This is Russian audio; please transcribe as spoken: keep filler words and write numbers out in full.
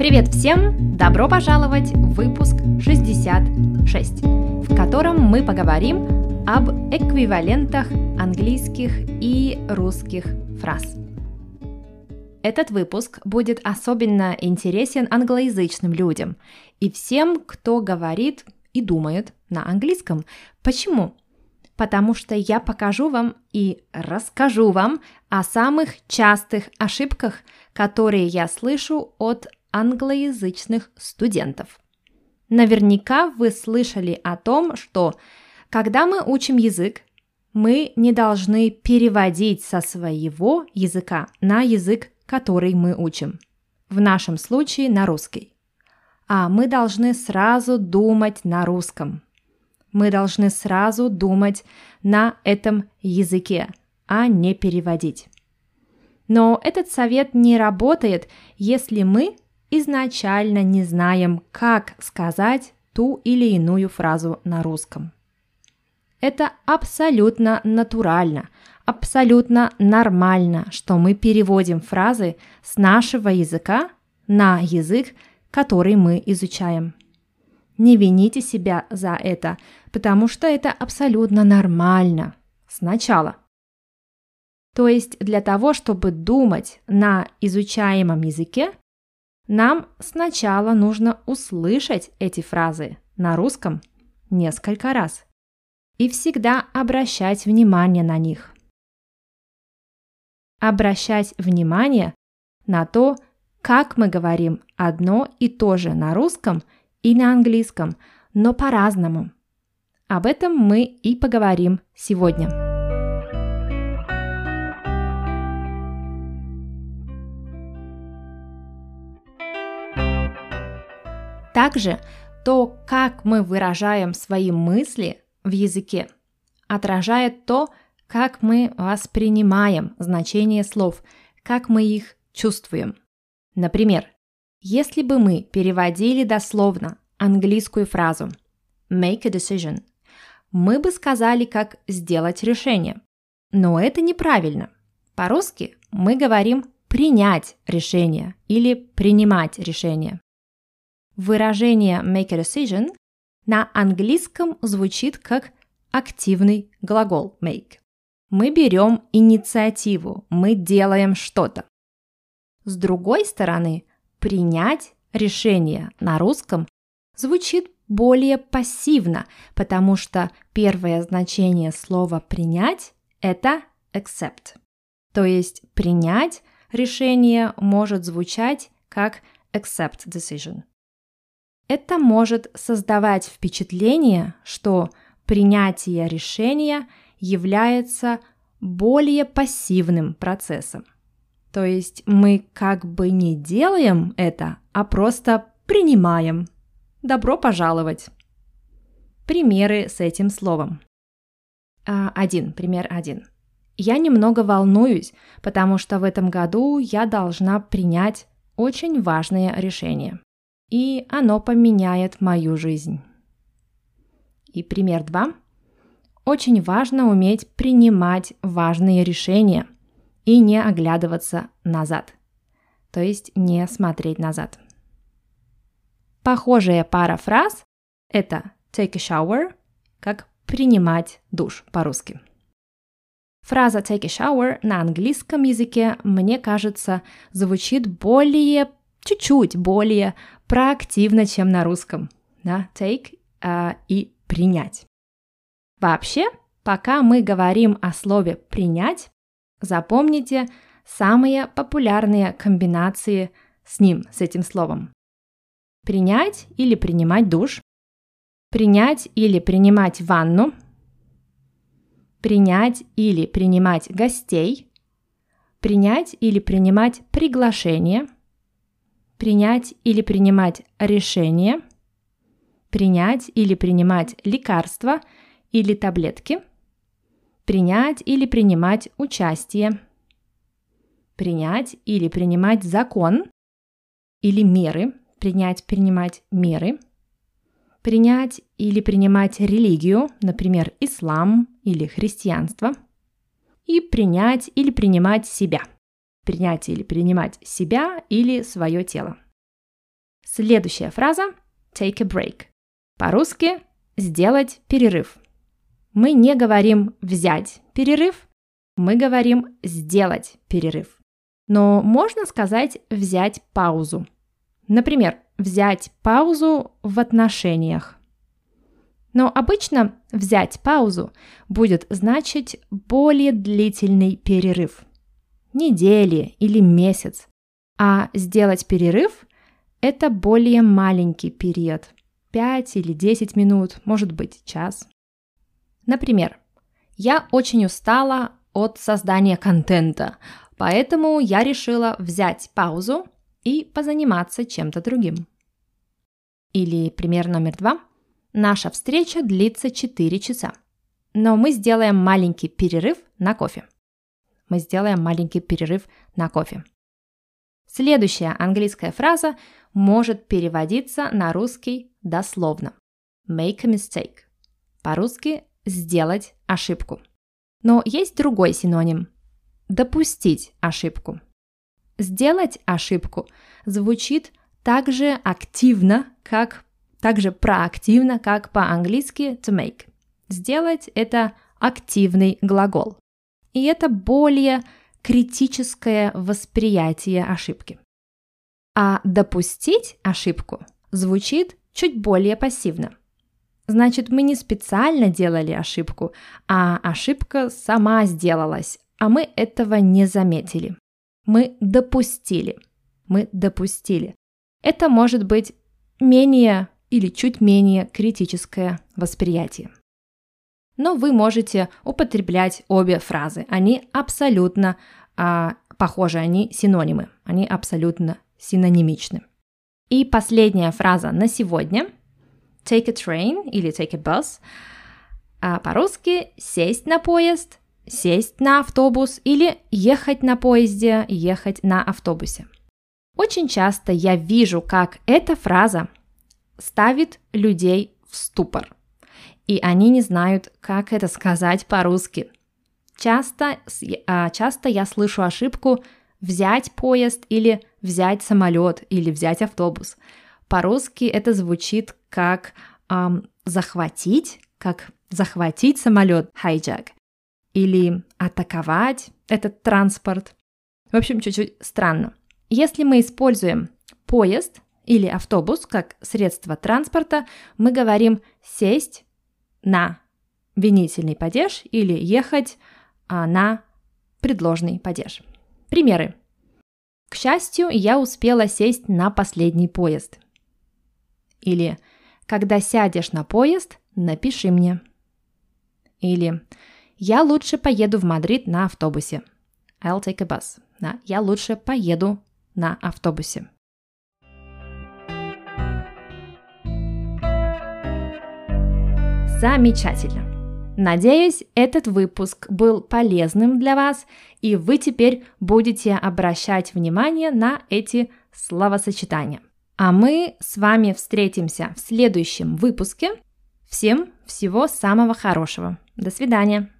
Привет всем! Добро пожаловать в выпуск шестьдесят шесть, в котором мы поговорим об эквивалентах английских и русских фраз. Этот выпуск будет особенно интересен англоязычным людям и всем, кто говорит и думает на английском. Почему? Потому что я покажу вам и расскажу вам о самых частых ошибках, которые я слышу от англоязычных студентов. Наверняка вы слышали о том, что когда мы учим язык, мы не должны переводить со своего языка на язык, который мы учим. В нашем случае на русский. А мы должны сразу думать на русском. Мы должны сразу думать на этом языке, а не переводить. Но этот совет не работает, если мы изначально не знаем, как сказать ту или иную фразу на русском. Это абсолютно натурально, абсолютно нормально, что мы переводим фразы с нашего языка на язык, который мы изучаем. Не вините себя за это, потому что это абсолютно нормально. Сначала. То есть для того, чтобы думать на изучаемом языке, нам сначала нужно услышать эти фразы на русском несколько раз и всегда обращать внимание на них. Обращать внимание на то, как мы говорим одно и то же на русском и на английском, но по-разному. Об этом мы и поговорим сегодня. Также то, как мы выражаем свои мысли в языке, отражает то, как мы воспринимаем значение слов, как мы их чувствуем. Например, если бы мы переводили дословно английскую фразу make a decision, мы бы сказали, как сделать решение. Но это неправильно. По-русски мы говорим принять решение или принимать решение. Выражение make a decision на английском звучит как активный глагол make. Мы берем инициативу, мы делаем что-то. С другой стороны, принять решение на русском звучит более пассивно, потому что первое значение слова «принять» – это accept. То есть принять решение может звучать как accept decision. Это может создавать впечатление, что принятие решения является более пассивным процессом. То есть мы как бы не делаем это, а просто принимаем. Добро пожаловать! Примеры с этим словом. Один, пример один. Я немного волнуюсь, потому что в этом году я должна принять очень важное решение. И оно поменяет мою жизнь. И пример два. Очень важно уметь принимать важные решения и не оглядываться назад, то есть не смотреть назад. Похожая пара фраз – это take a shower, как принимать душ по-русски. Фраза take a shower на английском языке, мне кажется, звучит более, чуть-чуть более проактивно, чем на русском. Да? Take uh, и принять. Вообще, пока мы говорим о слове «принять», запомните самые популярные комбинации с ним, с этим словом. Принять или принимать душ, принять или принимать ванну, принять или принимать гостей, принять или принимать приглашение, принять или принимать решение, принять или принимать лекарства или таблетки, принять или принимать участие, принять или принимать закон или меры, принять, принимать меры, принять или принимать религию, например, ислам или христианство, и принять или принимать себя, принять или принимать себя или свое тело. Следующая фраза take a break. По-русски сделать перерыв. Мы не говорим взять перерыв, мы говорим сделать перерыв. Но можно сказать взять паузу. Например, взять паузу в отношениях. Но обычно взять паузу будет значить более длительный перерыв. Недели или месяц. А сделать перерыв – это более маленький период. пять или десять минут, может быть, час. Например, я очень устала от создания контента, поэтому я решила взять паузу и позаниматься чем-то другим. Или пример номер два. Наша встреча длится четыре часа, но мы сделаем маленький перерыв на кофе. Мы сделаем маленький перерыв на кофе. Следующая английская фраза может переводиться на русский дословно. Make a mistake. По-русски сделать ошибку. Но есть другой синоним. Допустить ошибку. Сделать ошибку звучит так же активно, как, так же проактивно, как по-английски to make. Сделать – это активный глагол. И это более критическое восприятие ошибки. А допустить ошибку звучит чуть более пассивно. Значит, мы не специально делали ошибку, а ошибка сама сделалась, а мы этого не заметили. Мы допустили. Мы допустили. Это может быть менее или чуть менее критическое восприятие. Но вы можете употреблять обе фразы. Они абсолютно а, похожи, они синонимы, они абсолютно синонимичны. И последняя фраза на сегодня. Take a train или take a bus. А по-русски сесть на поезд, сесть на автобус или ехать на поезде, ехать на автобусе. Очень часто я вижу, как эта фраза ставит людей в ступор, и они не знают, как это сказать по-русски. Часто, часто я слышу ошибку взять поезд или взять самолет или взять автобус. По-русски это звучит как эм, захватить, как захватить самолет, hijack, или атаковать этот транспорт. В общем, чуть-чуть странно. Если мы используем поезд или автобус как средство транспорта, мы говорим сесть на винительный падеж или ехать а, на предложный падеж. Примеры. К счастью, я успела сесть на последний поезд. Или когда сядешь на поезд, напиши мне. Или я лучше поеду в Мадрид на автобусе. I'll take a bus. Да, я лучше поеду на автобусе. Замечательно! Надеюсь, этот выпуск был полезным для вас, и вы теперь будете обращать внимание на эти словосочетания. А мы с вами встретимся в следующем выпуске. Всем всего самого хорошего. До свидания!